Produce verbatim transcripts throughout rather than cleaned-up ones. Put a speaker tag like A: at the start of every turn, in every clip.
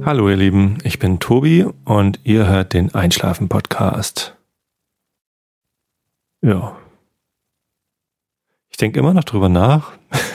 A: Hallo ihr Lieben, ich bin Tobi und ihr hört den Einschlafen-Podcast. Ja. Ich denke immer noch drüber nach,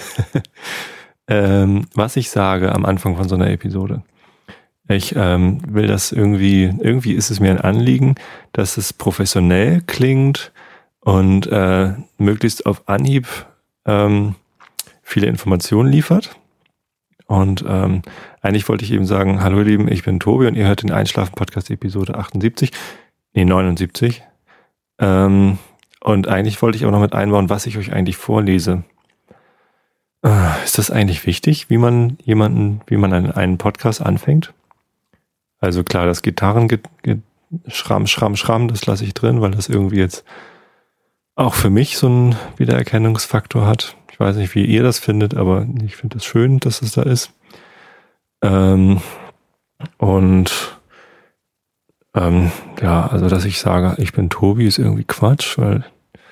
A: ähm, was ich sage am Anfang von so einer Episode. Ich ähm, will das irgendwie, irgendwie ist es mir ein Anliegen, dass es professionell klingt und äh, möglichst auf Anhieb ähm, viele Informationen liefert. Und ähm, eigentlich wollte ich eben sagen, hallo ihr Lieben, ich bin Tobi und ihr hört den Einschlafen-Podcast Episode achtundsiebzig, nee neunundsiebzig. Ähm, und eigentlich wollte ich auch noch mit einbauen, was ich euch eigentlich vorlese. Äh, ist das eigentlich wichtig, wie man jemanden, wie man einen, einen Podcast anfängt? Also klar, das Gitarren, Schramm, Schramm, Schramm, das lasse ich drin, weil das irgendwie jetzt auch für mich so einen Wiedererkennungsfaktor hat. Ich weiß nicht, wie ihr das findet, aber ich finde es schön, dass es da ist. Ähm, und ähm, ja, also dass ich sage, ich bin Tobi, ist irgendwie Quatsch, weil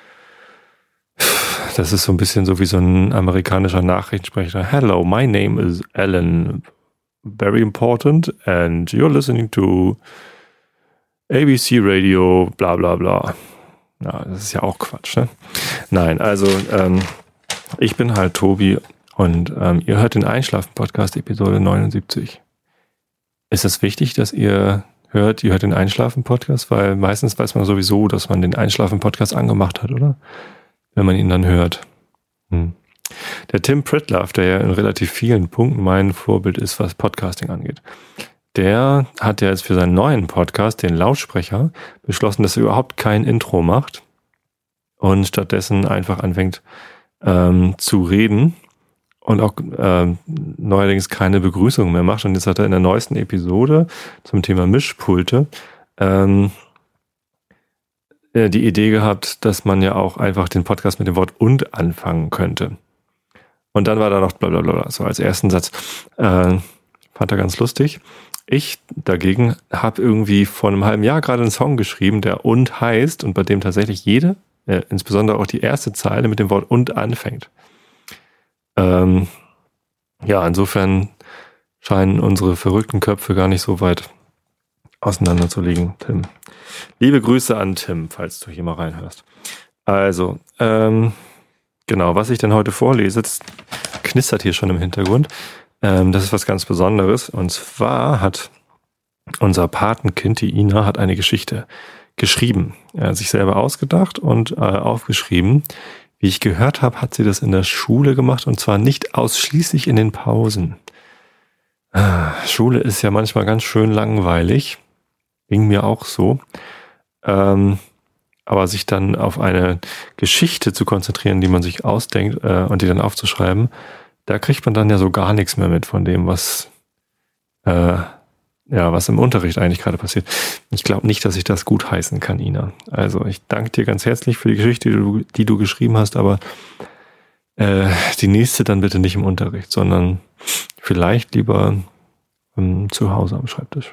A: das ist so ein bisschen so wie so ein amerikanischer Nachrichtensprecher. Hello, my name is Alan. Very important and you're listening to A B C Radio, bla bla bla. Ja, das ist ja auch Quatsch, ne? Nein, also ähm, ich bin halt Tobi und ähm, ihr hört den Einschlafen-Podcast Episode neunundsiebzig. Ist es wichtig, dass ihr hört, ihr hört den Einschlafen-Podcast? Weil meistens weiß man sowieso, dass man den Einschlafen-Podcast angemacht hat, oder? Wenn man ihn dann hört. Hm. Der Tim Pritlove, der ja in relativ vielen Punkten mein Vorbild ist, was Podcasting angeht, der hat ja jetzt für seinen neuen Podcast, den Lautsprecher, beschlossen, dass er überhaupt kein Intro macht und stattdessen einfach anfängt ähm, zu reden und auch ähm, neuerdings keine Begrüßung mehr macht. Und jetzt hat er in der neuesten Episode zum Thema Mischpulte ähm, die Idee gehabt, dass man ja auch einfach den Podcast mit dem Wort und anfangen könnte. Und dann war da noch blablabla, so als ersten Satz. Äh, fand er ganz lustig. Ich dagegen habe irgendwie vor einem halben Jahr gerade einen Song geschrieben, der und heißt und bei dem tatsächlich jede, äh, insbesondere auch die erste Zeile mit dem Wort und anfängt. Ähm, ja, insofern scheinen unsere verrückten Köpfe gar nicht so weit auseinander zu liegen, Tim. Liebe Grüße an Tim, falls du hier mal reinhörst. Also, ähm, genau, was ich denn heute vorlese, das knistert hier schon im Hintergrund. Ähm, das ist was ganz Besonderes. Und zwar hat unser Patenkind, die Ina, hat eine Geschichte geschrieben. Er hat sich selber ausgedacht und äh, aufgeschrieben. Wie ich gehört habe, hat sie das in der Schule gemacht und zwar nicht ausschließlich in den Pausen. Ah, Schule ist ja manchmal ganz schön langweilig. Ging mir auch so. Ähm, aber sich dann auf eine Geschichte zu konzentrieren, die man sich ausdenkt äh, und die dann aufzuschreiben, da kriegt man dann ja so gar nichts mehr mit von dem, was äh, ja was im Unterricht eigentlich gerade passiert. Ich glaube nicht, dass ich das gut heißen kann, Ina. Also ich danke dir ganz herzlich für die Geschichte, die du, die du geschrieben hast, aber äh, die nächste dann bitte nicht im Unterricht, sondern vielleicht lieber ähm, zu Hause am Schreibtisch.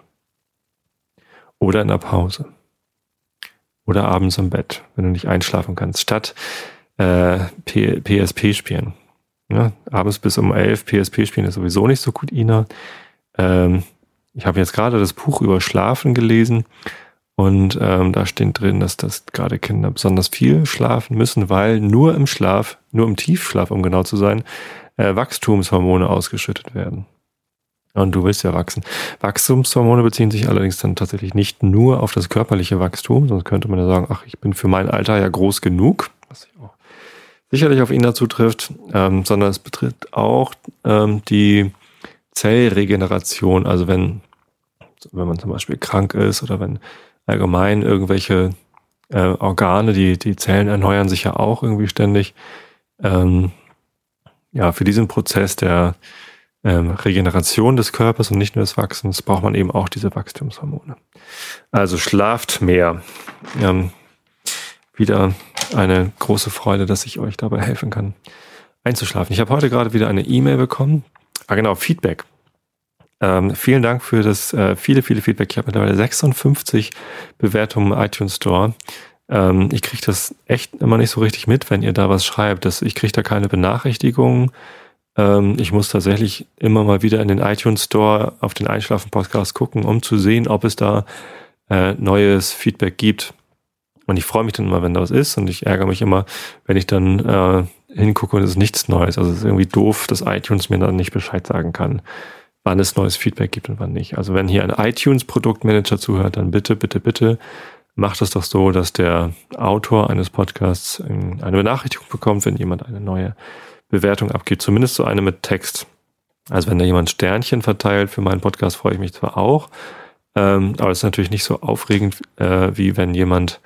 A: Oder in der Pause. Oder abends im Bett, wenn du nicht einschlafen kannst. Statt äh, P- P S P spielen. Ja, abends bis um elf P S P spielen ist sowieso nicht so gut, Ina. Ähm, ich habe jetzt gerade das Buch über Schlafen gelesen und ähm, da steht drin, dass das gerade Kinder besonders viel schlafen müssen, weil nur im Schlaf, nur im Tiefschlaf, um genau zu sein, äh, Wachstumshormone ausgeschüttet werden. Und du willst ja wachsen. Wachstumshormone beziehen sich allerdings dann tatsächlich nicht nur auf das körperliche Wachstum, sonst könnte man ja sagen, ach, ich bin für mein Alter ja groß genug, was sich auch sicherlich auf ihn dazu trifft, ähm, sondern es betrifft auch ähm, die Zellregeneration. Also wenn, wenn man zum Beispiel krank ist oder wenn allgemein irgendwelche äh, Organe, die, die Zellen erneuern sich ja auch irgendwie ständig. Ähm, ja, für diesen Prozess der Ähm, Regeneration des Körpers und nicht nur des Wachsens braucht man eben auch diese Wachstumshormone. Also schlaft mehr. Ähm, wieder eine große Freude, dass ich euch dabei helfen kann, einzuschlafen. Ich habe heute gerade wieder eine E-Mail bekommen. Ah genau, Feedback. Ähm, vielen Dank für das äh, viele, viele Feedback. Ich habe mittlerweile sechsundfünfzig Bewertungen im iTunes Store. Ähm, ich kriege das echt immer nicht so richtig mit, wenn ihr da was schreibt. Das, ich kriege da keine Benachrichtigungen. Ähm, ich muss tatsächlich immer mal wieder in den iTunes Store auf den Einschlafen-Podcast gucken, um zu sehen, ob es da äh, neues Feedback gibt. Und ich freue mich dann immer, wenn da was ist, und ich ärgere mich immer, wenn ich dann äh, hingucke und es ist nichts Neues. Also es ist irgendwie doof, dass iTunes mir dann nicht Bescheid sagen kann, wann es neues Feedback gibt und wann nicht. Also wenn hier ein iTunes-Produktmanager zuhört, dann bitte, bitte, bitte macht es doch so, dass der Autor eines Podcasts eine Benachrichtigung bekommt, wenn jemand eine neue Bewertung abgibt. Zumindest so eine mit Text. Also wenn da jemand Sternchen verteilt für meinen Podcast, freue ich mich zwar auch, ähm, aber es ist natürlich nicht so aufregend, äh, wie wenn jemand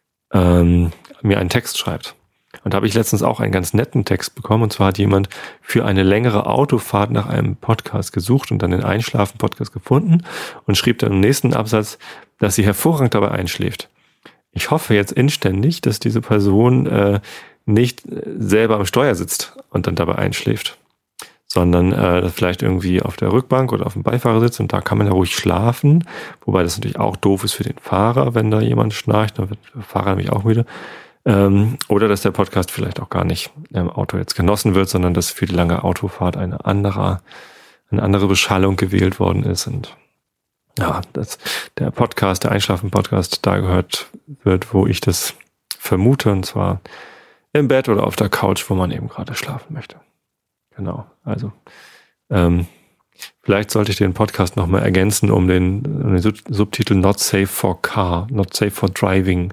A: ähm, mir einen Text schreibt. Und da habe ich letztens auch einen ganz netten Text bekommen, und zwar hat jemand für eine längere Autofahrt nach einem Podcast gesucht und dann den Einschlafen-Podcast gefunden und schrieb dann im nächsten Absatz, dass sie hervorragend dabei einschläft. Ich hoffe jetzt inständig, dass diese Person äh, nicht selber am Steuer sitzt und dann dabei einschläft, sondern äh, vielleicht irgendwie auf der Rückbank oder auf dem Beifahrersitz, und da kann man ja ruhig schlafen, wobei das natürlich auch doof ist für den Fahrer, wenn da jemand schnarcht, dann wird der Fahrer nämlich auch müde. Ähm, oder dass der Podcast vielleicht auch gar nicht im Auto jetzt genossen wird, sondern dass für die lange Autofahrt eine andere, eine andere Beschallung gewählt worden ist, und ja, dass der Podcast, der Einschlafen-Podcast da gehört wird, wo ich das vermute, und zwar im Bett oder auf der Couch, wo man eben gerade schlafen möchte. Genau, also ähm, vielleicht sollte ich den Podcast nochmal ergänzen um den, um den Sub- Subtitel Not Safe for Car, Not Safe for Driving,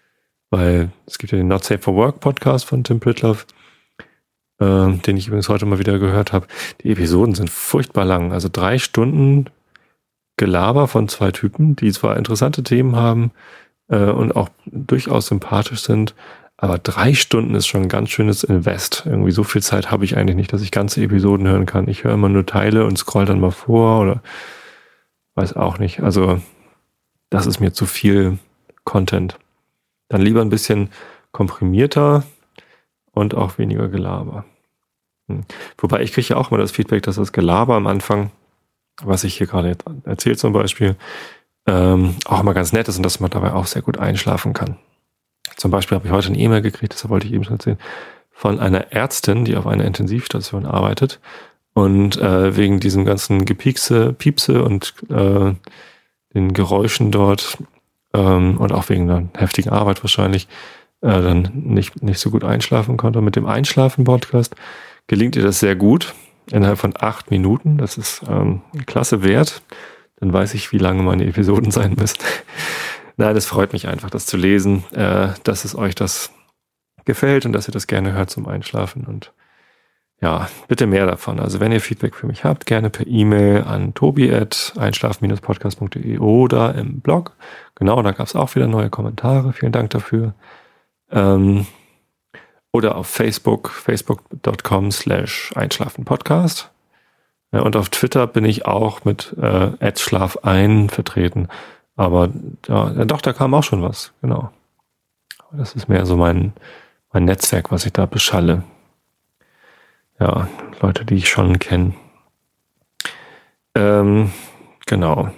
A: weil es gibt ja den Not Safe for Work Podcast von Tim Pritlove, äh, den ich übrigens heute mal wieder gehört habe. Die Episoden sind furchtbar lang, also drei Stunden Gelaber von zwei Typen, die zwar interessante Themen haben äh, und auch durchaus sympathisch sind, aber drei Stunden ist schon ein ganz schönes Invest. Irgendwie so viel Zeit habe ich eigentlich nicht, dass ich ganze Episoden hören kann. Ich höre immer nur Teile und scroll dann mal vor oder weiß auch nicht. Also das ist mir zu viel Content. Dann lieber ein bisschen komprimierter und auch weniger Gelaber. Hm. Wobei ich kriege ja auch mal das Feedback, dass das Gelaber am Anfang, was ich hier gerade erzählt zum Beispiel, ähm, auch immer ganz nett ist und dass man dabei auch sehr gut einschlafen kann. Zum Beispiel habe ich heute eine E-Mail gekriegt, das wollte ich eben schon erzählen, von einer Ärztin, die auf einer Intensivstation arbeitet und äh, wegen diesem ganzen Gepiekse, Piepse und äh, den Geräuschen dort ähm, und auch wegen der heftigen Arbeit wahrscheinlich äh, dann nicht, nicht so gut einschlafen konnte. Mit dem Einschlafen-Podcast gelingt ihr das sehr gut, innerhalb von acht Minuten. Das ist ähm, ein klasse Wert. Dann weiß ich, wie lange meine Episoden sein müssen. Nein, es freut mich einfach, das zu lesen, äh, dass es euch das gefällt und dass ihr das gerne hört zum Einschlafen. Und ja, bitte mehr davon. Also wenn ihr Feedback für mich habt, gerne per E-Mail an tobi at einschlafen podcast punkt de oder im Blog. Genau, da gab es auch wieder neue Kommentare. Vielen Dank dafür. Ähm, oder auf Facebook, facebook dot com slash einschlafen podcast. Ja, und auf Twitter bin ich auch mit äh, at schlaf ein vertreten. Aber ja, doch, da kam auch schon was, genau. Das ist mehr so mein, mein Netzwerk, was ich da beschalle. Ja, Leute, die ich schon kenne. Ähm, genau.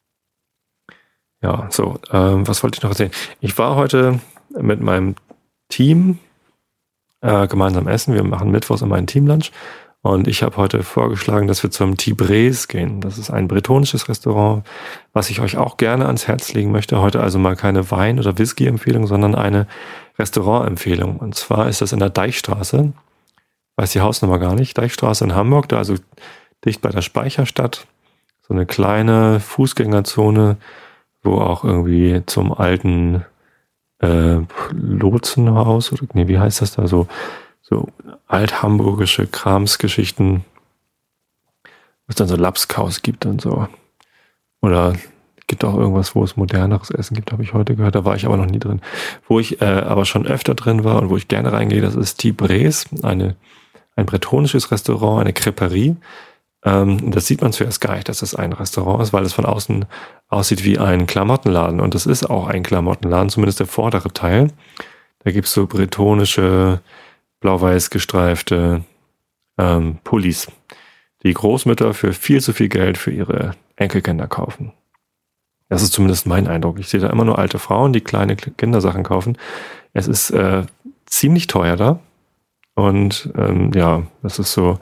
A: Ja, so, ähm, was wollte ich noch erzählen? Ich war heute mit meinem Team äh, gemeinsam essen. Wir machen mittwochs immer einen Teamlunch. Und ich habe heute vorgeschlagen, dass wir zum Tibres gehen. Das ist ein bretonisches Restaurant, was ich euch auch gerne ans Herz legen möchte. Heute also mal keine Wein- oder Whisky-Empfehlung, sondern eine Restaurant-Empfehlung. Und zwar ist das in der Deichstraße. Weiß die Hausnummer gar nicht. Deichstraße in Hamburg, da also dicht bei der Speicherstadt. So eine kleine Fußgängerzone, wo auch irgendwie zum alten äh, Lotsenhaus, oder nee, wie heißt das da so? So althamburgische Kramsgeschichten, wo es dann so Lapskaus gibt und so. Oder gibt auch irgendwas, wo es moderneres Essen gibt, habe ich heute gehört. Da war ich aber noch nie drin. Wo ich äh, aber schon öfter drin war und wo ich gerne reingehe, das ist Tibres, eine, ein bretonisches Restaurant, eine Crêperie. Ähm, das sieht man zuerst gar nicht, dass es ein Restaurant ist, weil es von außen aussieht wie ein Klamottenladen. Und das ist auch ein Klamottenladen, zumindest der vordere Teil. Da gibt es so bretonische blau-weiß gestreifte ähm, Pullis, die Großmütter für viel zu viel Geld für ihre Enkelkinder kaufen. Das ist zumindest mein Eindruck. Ich sehe da immer nur alte Frauen, die kleine Kindersachen kaufen. Es ist äh, ziemlich teuer da. Und ähm, ja, das ist so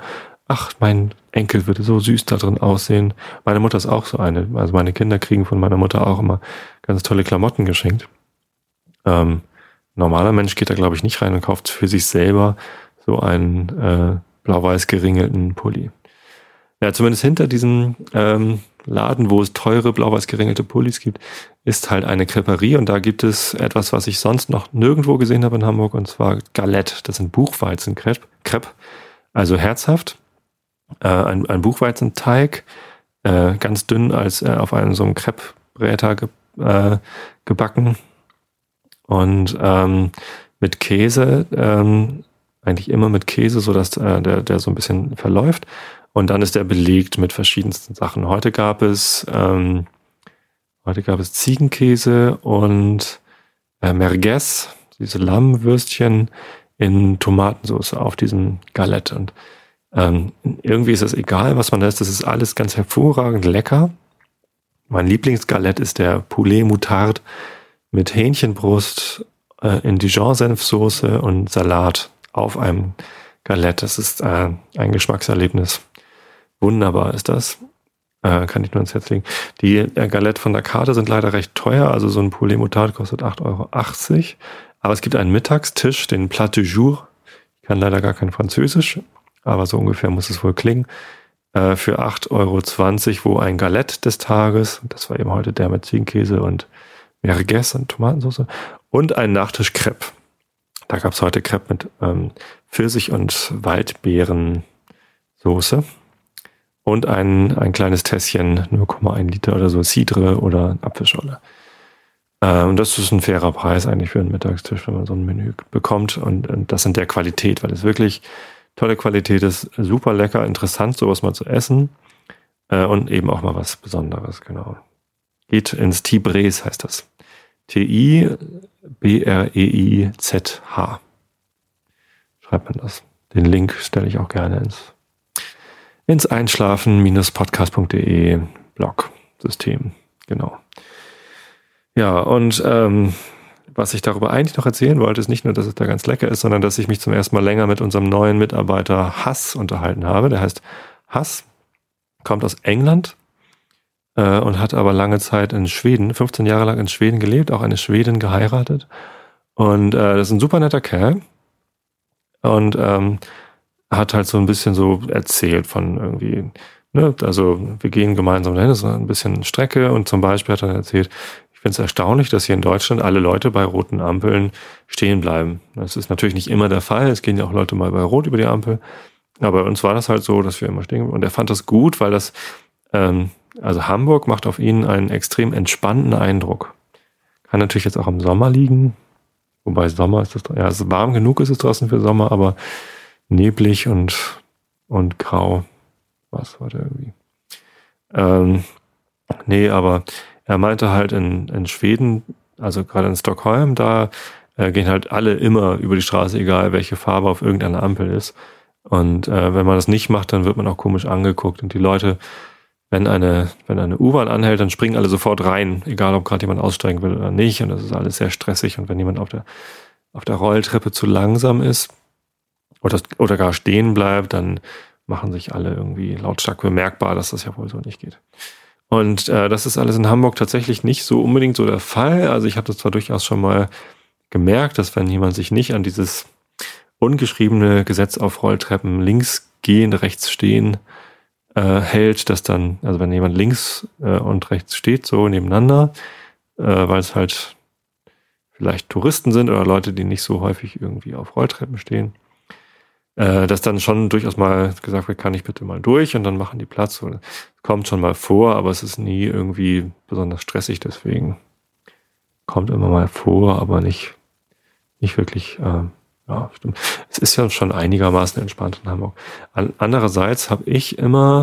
A: ach, mein Enkel würde so süß da drin aussehen. Meine Mutter ist auch so eine. Also meine Kinder kriegen von meiner Mutter auch immer ganz tolle Klamotten geschenkt. Ähm, normaler Mensch geht da, glaube ich, nicht rein und kauft für sich selber so einen äh, blau-weiß geringelten Pulli. Ja, zumindest hinter diesem ähm, Laden, wo es teure blau-weiß geringelte Pullis gibt, ist halt eine Creperie und da gibt es etwas, was ich sonst noch nirgendwo gesehen habe in Hamburg, und zwar Galette. Das sind Buchweizen-Crepe, Crepe, also herzhaft. Äh, ein, ein Buchweizenteig, äh, ganz dünn als äh, auf einem so einem Crepe-Bräter ge, äh, gebacken und ähm, mit Käse, ähm, eigentlich immer mit Käse, sodass äh, der, der so ein bisschen verläuft. Und dann ist der belegt mit verschiedensten Sachen. Heute gab es ähm, heute gab es Ziegenkäse und äh, Merguez, diese Lammwürstchen in Tomatensauce auf diesem Galette. Und ähm, irgendwie ist es egal, was man da isst. Das ist alles ganz hervorragend lecker. Mein Lieblingsgalette ist der Poulet Moutarde mit Hähnchenbrust äh, in Dijon-Senfsoße und Salat auf einem Galette. Das ist äh, ein Geschmackserlebnis. Wunderbar ist das. Äh, kann ich nur ans Herz legen. Die äh, Galette von der Karte sind leider recht teuer. Also so ein Poulet Moutarde kostet acht Euro achtzig. Aber es gibt einen Mittagstisch, den Plat du Jour. Ich kann leider gar kein Französisch, aber so ungefähr muss es wohl klingen. Äh, für acht Euro zwanzig, wo ein Galette des Tages, das war eben heute der mit Ziegenkäse und Merguez und Tomatensauce, und ein Nachtisch Crepe. Da gab es heute Crepe mit ähm, Pfirsich- und Waldbeerensoße. Und ein, ein kleines Tässchen, null Komma eins Liter oder so, Cidre oder Apfelschorle. Äh, und das ist ein fairer Preis eigentlich für einen Mittagstisch, wenn man so ein Menü bekommt. Und, und das in der Qualität, weil es wirklich tolle Qualität ist, super lecker, interessant, sowas mal zu essen. Äh, und eben auch mal was Besonderes, genau. Geht ins Tibres, heißt das. T I B R E I Z H. Schreibt man das. Den Link stelle ich auch gerne ins ins einschlafen Podcast punkt de Blog-System. Genau. Ja, und ähm, was ich darüber eigentlich noch erzählen wollte, ist nicht nur, dass es da ganz lecker ist, sondern dass ich mich zum ersten Mal länger mit unserem neuen Mitarbeiter Hass unterhalten habe. Der heißt Hass, kommt aus England äh, und hat aber lange Zeit in Schweden, fünfzehn Jahre lang in Schweden gelebt, auch eine Schwedin geheiratet. Und äh, das ist ein super netter Kerl. Und ähm, hat halt so ein bisschen so erzählt von irgendwie, ne, also wir gehen gemeinsam dahin, das ist ein bisschen Strecke, und zum Beispiel hat er erzählt, ich finde es erstaunlich, dass hier in Deutschland alle Leute bei roten Ampeln stehen bleiben. Das ist natürlich nicht immer der Fall, es gehen ja auch Leute mal bei Rot über die Ampel, aber bei uns war das halt so, dass wir immer stehen bleiben. Und er fand das gut, weil das, ähm, also Hamburg macht auf ihn einen extrem entspannten Eindruck. Kann natürlich jetzt auch im Sommer liegen, wobei Sommer ist das, ja, es ist warm genug ist es draußen für Sommer, aber neblig und, und grau. Was war der irgendwie? Ähm, nee, aber er meinte halt in, in Schweden, also gerade in Stockholm, da äh, gehen halt alle immer über die Straße, egal welche Farbe auf irgendeiner Ampel ist. Und äh, wenn man das nicht macht, dann wird man auch komisch angeguckt. Und die Leute, wenn eine, wenn eine U-Bahn anhält, dann springen alle sofort rein, egal ob gerade jemand aussteigen will oder nicht. Und das ist alles sehr stressig. Und wenn jemand auf der, auf der Rolltreppe zu langsam ist, Oder, oder gar stehen bleibt, dann machen sich alle irgendwie lautstark bemerkbar, dass das ja wohl so nicht geht. Und äh, das ist alles in Hamburg tatsächlich nicht so unbedingt so der Fall. Also ich habe das zwar durchaus schon mal gemerkt, dass wenn jemand sich nicht an dieses ungeschriebene Gesetz auf Rolltreppen links gehen, rechts stehen äh, hält, dass dann, also wenn jemand links äh, und rechts steht, so nebeneinander, äh, weil es halt vielleicht Touristen sind oder Leute, die nicht so häufig irgendwie auf Rolltreppen stehen, dass dann schon durchaus mal gesagt wird, kann ich bitte mal durch, und dann machen die Platz. Kommt schon mal vor, aber es ist nie irgendwie besonders stressig, deswegen kommt immer mal vor, aber nicht, nicht wirklich, äh, ja, stimmt. Es ist ja schon einigermaßen entspannt in Hamburg. Andererseits habe ich immer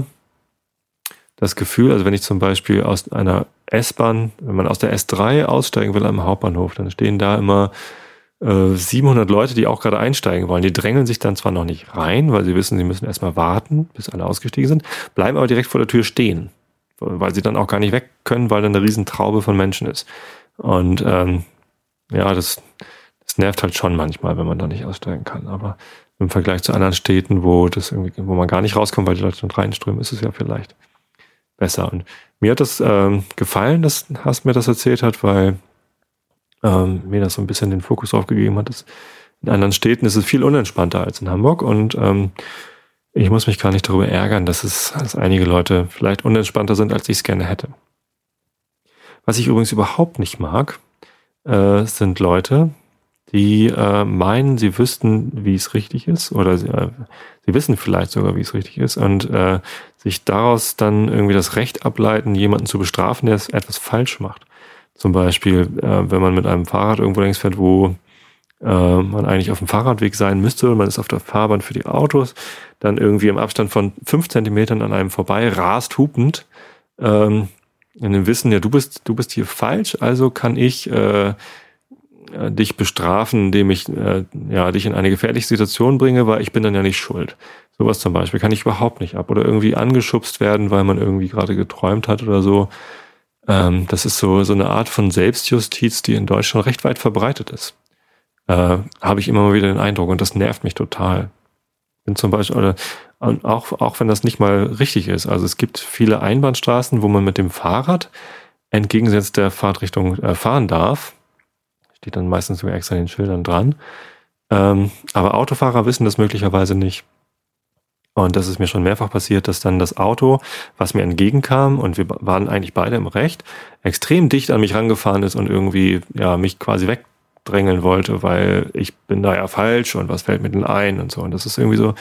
A: das Gefühl, also wenn ich zum Beispiel aus einer S-Bahn, wenn man aus der S drei aussteigen will am Hauptbahnhof, dann stehen da immer siebenhundert Leute, die auch gerade einsteigen wollen. Die drängeln sich dann zwar noch nicht rein, weil sie wissen, sie müssen erstmal warten, bis alle ausgestiegen sind, bleiben aber direkt vor der Tür stehen, weil sie dann auch gar nicht weg können, weil da eine riesen Traube von Menschen ist. Und ähm, ja, das, das nervt halt schon manchmal, wenn man da nicht aussteigen kann. Aber im Vergleich zu anderen Städten, wo das irgendwie, wo man gar nicht rauskommt, weil die Leute dann reinströmen, ist es ja vielleicht besser. Und mir hat das ähm, gefallen, dass Hass mir das erzählt hat, weil ähm, mir das so ein bisschen den Fokus aufgegeben hat, dass in anderen Städten ist es viel unentspannter als in Hamburg und ähm, ich muss mich gar nicht darüber ärgern, dass es, dass einige Leute vielleicht unentspannter sind, als ich es gerne hätte. Was ich übrigens überhaupt nicht mag, äh, sind Leute, die äh, meinen, sie wüssten, wie es richtig ist, oder sie, äh, sie wissen vielleicht sogar, wie es richtig ist, und äh, sich daraus dann irgendwie das Recht ableiten, jemanden zu bestrafen, der es etwas falsch macht. Zum Beispiel, äh, wenn man mit einem Fahrrad irgendwo längs fährt, wo äh, man eigentlich auf dem Fahrradweg sein müsste, und man ist auf der Fahrbahn für die Autos, dann irgendwie im Abstand von fünf Zentimetern an einem vorbei rast, hupend, ähm, in dem Wissen, ja, du bist, du bist hier falsch, also kann ich äh, dich bestrafen, indem ich äh, ja, dich in eine gefährliche Situation bringe, weil ich bin dann ja nicht schuld. Sowas zum Beispiel kann ich überhaupt nicht ab. Oder irgendwie angeschubst werden, weil man irgendwie gerade geträumt hat oder so. Ähm, das ist so, so eine Art von Selbstjustiz, die in Deutschland recht weit verbreitet ist. Äh, habe ich immer mal wieder den Eindruck, und das nervt mich total. Bin zum Beispiel, oder auch, auch wenn das nicht mal richtig ist. Also es gibt viele Einbahnstraßen, wo man mit dem Fahrrad entgegengesetzt der Fahrtrichtung äh, fahren darf. Steht dann meistens sogar extra in den Schildern dran. Ähm, aber Autofahrer wissen das möglicherweise nicht. Und das ist mir schon mehrfach passiert, dass dann das Auto, was mir entgegenkam, und wir waren eigentlich beide im Recht, extrem dicht an mich rangefahren ist und irgendwie ja mich quasi wegdrängeln wollte, weil ich bin da ja falsch und was fällt mir denn ein und so. Und das ist irgendwie so,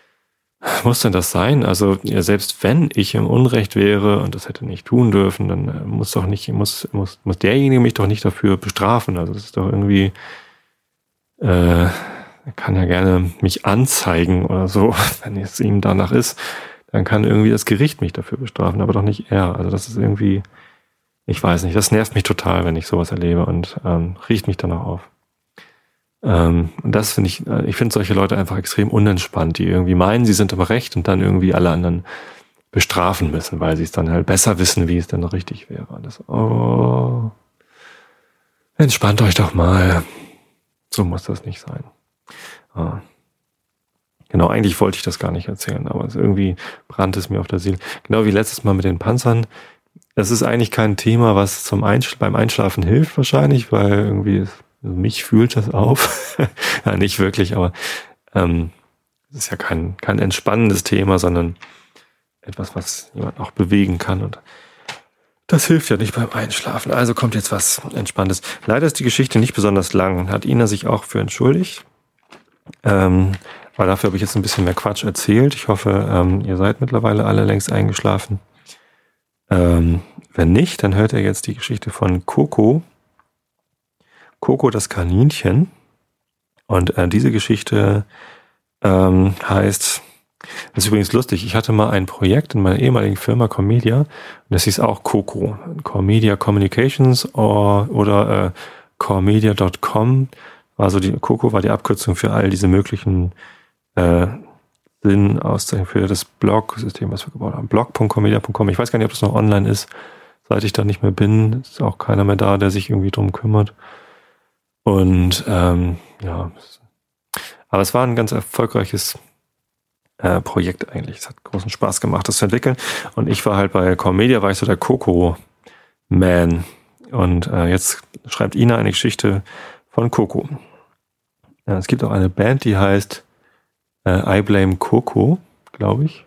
A: muss denn das sein? Also ja, selbst wenn ich im Unrecht wäre und das hätte nicht tun dürfen, dann muss doch nicht, muss, muss, muss derjenige mich doch nicht dafür bestrafen. Also das ist doch irgendwie, äh, er kann ja gerne mich anzeigen oder so, wenn es ihm danach ist, dann kann irgendwie das Gericht mich dafür bestrafen, aber doch nicht er. Also das ist irgendwie, ich weiß nicht, das nervt mich total, wenn ich sowas erlebe und ähm, riecht mich dann auch auf. Ähm, und das finde ich, ich finde solche Leute einfach extrem unentspannt, die irgendwie meinen, sie sind im Recht und dann irgendwie alle anderen bestrafen müssen, weil sie es dann halt besser wissen, wie es denn richtig wäre. Und das, oh, entspannt euch doch mal. So muss das nicht sein. Ah. Genau, eigentlich wollte ich das gar nicht erzählen, aber es irgendwie brannte es mir auf der Seele. Genau wie letztes Mal mit den Panzern. Das ist eigentlich kein Thema, was zum Einschl- beim Einschlafen hilft wahrscheinlich, weil irgendwie also mich fühlt das auf. Ja, nicht wirklich, aber ähm, es ist ja kein, kein entspannendes Thema, sondern etwas, was jemand auch bewegen kann. Und das hilft ja nicht beim Einschlafen. Also kommt jetzt was Entspanntes. Leider ist die Geschichte nicht besonders lang. Hat Ina sich auch für entschuldigt. Ähm, weil dafür habe ich jetzt ein bisschen mehr Quatsch erzählt. Ich hoffe, ähm, ihr seid mittlerweile alle längst eingeschlafen. Ähm, wenn nicht, dann hört ihr jetzt die Geschichte von Coco. Coco das Kaninchen. Und äh, diese Geschichte ähm, heißt, das ist übrigens lustig, ich hatte mal ein Projekt in meiner ehemaligen Firma Comedia und das hieß auch Coco. Comedia Communications or, oder äh, comedia Punkt com. Also die Coco war die Abkürzung für all diese möglichen äh, Sinn-Auszeichnungen für das Blog-System, was wir gebaut haben. blog Punkt comedia Punkt com. Ich weiß gar nicht, ob das noch online ist. Seit ich da nicht mehr bin, ist auch keiner mehr da, der sich irgendwie drum kümmert. Und ähm, ja, aber es war ein ganz erfolgreiches äh, Projekt eigentlich. Es hat großen Spaß gemacht, das zu entwickeln. Und ich war halt bei Comedia, war ich so der Coco-Man. Und äh, jetzt schreibt Ina eine Geschichte von Coco. Ja, es gibt auch eine Band, die heißt äh, I Blame Coco, glaube ich.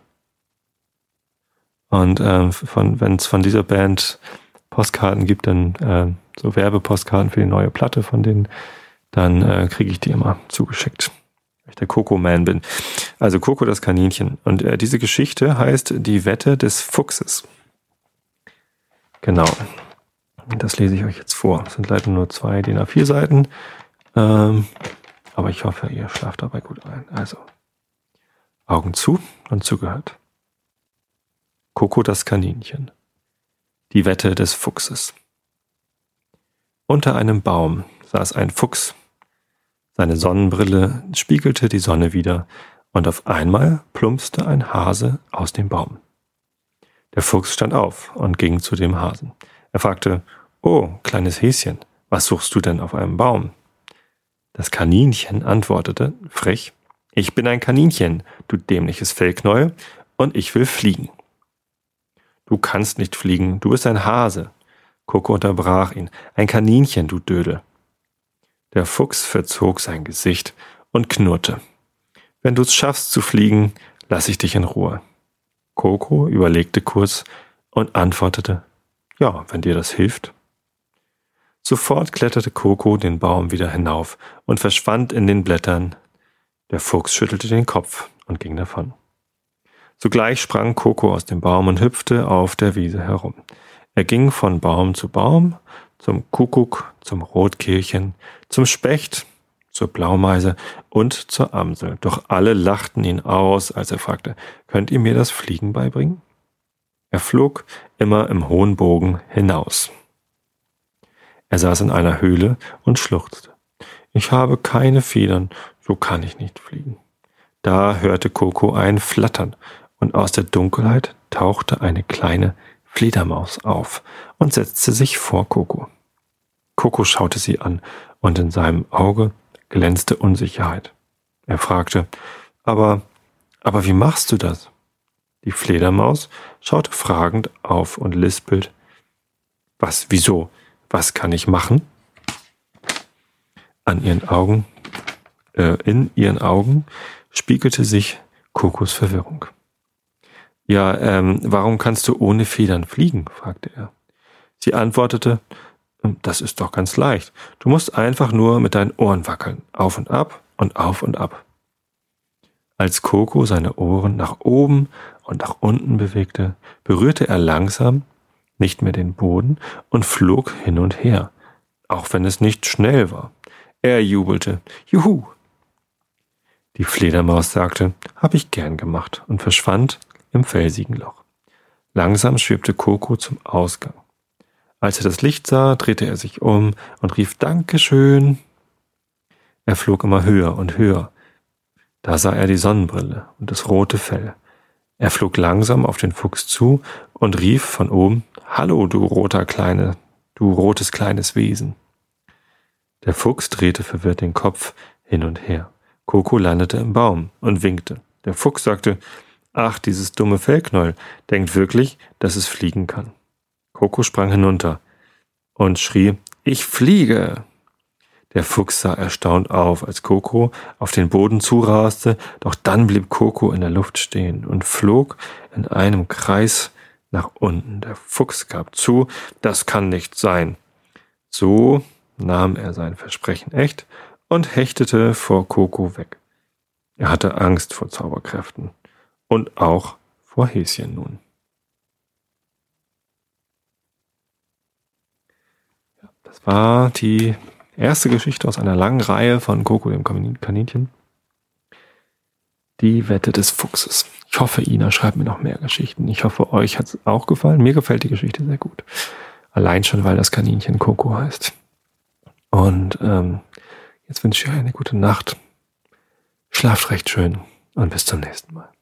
A: Und äh, von, wenn es von dieser Band Postkarten gibt, dann äh, so Werbepostkarten für die neue Platte von denen, dann äh, kriege ich die immer zugeschickt, weil ich der Coco-Man bin. Also Coco das Kaninchen. Und äh, diese Geschichte heißt Die Wette des Fuchses. Genau. Das lese ich euch jetzt vor. Es sind leider nur zwei D I N A vier Seiten. Ähm, aber ich hoffe, ihr schlaft dabei gut ein. Also, Augen zu und zugehört. Coco das Kaninchen. Die Wette des Fuchses. Unter einem Baum saß ein Fuchs. Seine Sonnenbrille spiegelte die Sonne wider, und auf einmal plumpste ein Hase aus dem Baum. Der Fuchs stand auf und ging zu dem Hasen. Er fragte: »Oh, kleines Häschen, was suchst du denn auf einem Baum?« Das Kaninchen antwortete frech: Ich bin ein Kaninchen, du dämliches Fellknäuel, und ich will fliegen. Du kannst nicht fliegen, du bist ein Hase. Koko unterbrach ihn. Ein Kaninchen, du Dödel. Der Fuchs verzog sein Gesicht und knurrte. Wenn du's schaffst zu fliegen, lass ich dich in Ruhe. Koko überlegte kurz und antwortete, ja, wenn dir das hilft. Sofort kletterte Koko den Baum wieder hinauf und verschwand in den Blättern. Der Fuchs schüttelte den Kopf und ging davon. Sogleich sprang Koko aus dem Baum und hüpfte auf der Wiese herum. Er ging von Baum zu Baum, zum Kuckuck, zum Rotkehlchen, zum Specht, zur Blaumeise und zur Amsel. Doch alle lachten ihn aus, als er fragte, könnt ihr mir das Fliegen beibringen? Er flog immer im hohen Bogen hinaus. Er saß in einer Höhle und schluchzte. Ich habe keine Federn, so kann ich nicht fliegen. Da hörte Koko ein Flattern und aus der Dunkelheit tauchte eine kleine Fledermaus auf und setzte sich vor Koko. Koko schaute sie an und in seinem Auge glänzte Unsicherheit. Er fragte, aber, aber wie machst du das? Die Fledermaus schaute fragend auf und lispelt, was, wieso, was kann ich machen? An ihren Augen, äh, in ihren Augen spiegelte sich Kokos Verwirrung. Ja, ähm, warum kannst du ohne Federn fliegen? Fragte er. Sie antwortete, das ist doch ganz leicht. Du musst einfach nur mit deinen Ohren wackeln, auf und ab und auf und ab. Als Koko seine Ohren nach oben und nach unten bewegte, berührte er langsam nicht mehr den Boden und flog hin und her, auch wenn es nicht schnell war. Er jubelte, Juhu! Die Fledermaus sagte, hab ich gern gemacht und verschwand im felsigen Loch. Langsam schwebte Koko zum Ausgang. Als er das Licht sah, drehte er sich um und rief Dankeschön. Er flog immer höher und höher. Da sah er die Sonnenbrille und das rote Fell. Er flog langsam auf den Fuchs zu und rief von oben, Hallo, du roter kleine, du rotes kleines Wesen. Der Fuchs drehte verwirrt den Kopf hin und her. Koko landete im Baum und winkte. Der Fuchs sagte, ach, dieses dumme Fellknäuel denkt wirklich, dass es fliegen kann. Koko sprang hinunter und schrie, ich fliege! Der Fuchs sah erstaunt auf, als Koko auf den Boden zuraste, doch dann blieb Koko in der Luft stehen und flog in einem Kreis nach unten. Der Fuchs gab zu, das kann nicht sein. So nahm er sein Versprechen echt und hechtete vor Koko weg. Er hatte Angst vor Zauberkräften und auch vor Häschen nun. Ja, das war die erste Geschichte aus einer langen Reihe von Koko dem Kaninchen. Die Wette des Fuchses. Ich hoffe, Ina schreibt mir noch mehr Geschichten. Ich hoffe, euch hat es auch gefallen. Mir gefällt die Geschichte sehr gut. Allein schon, weil das Kaninchen Koko heißt. Und ähm, jetzt wünsche ich euch eine gute Nacht. Schlaft recht schön und bis zum nächsten Mal.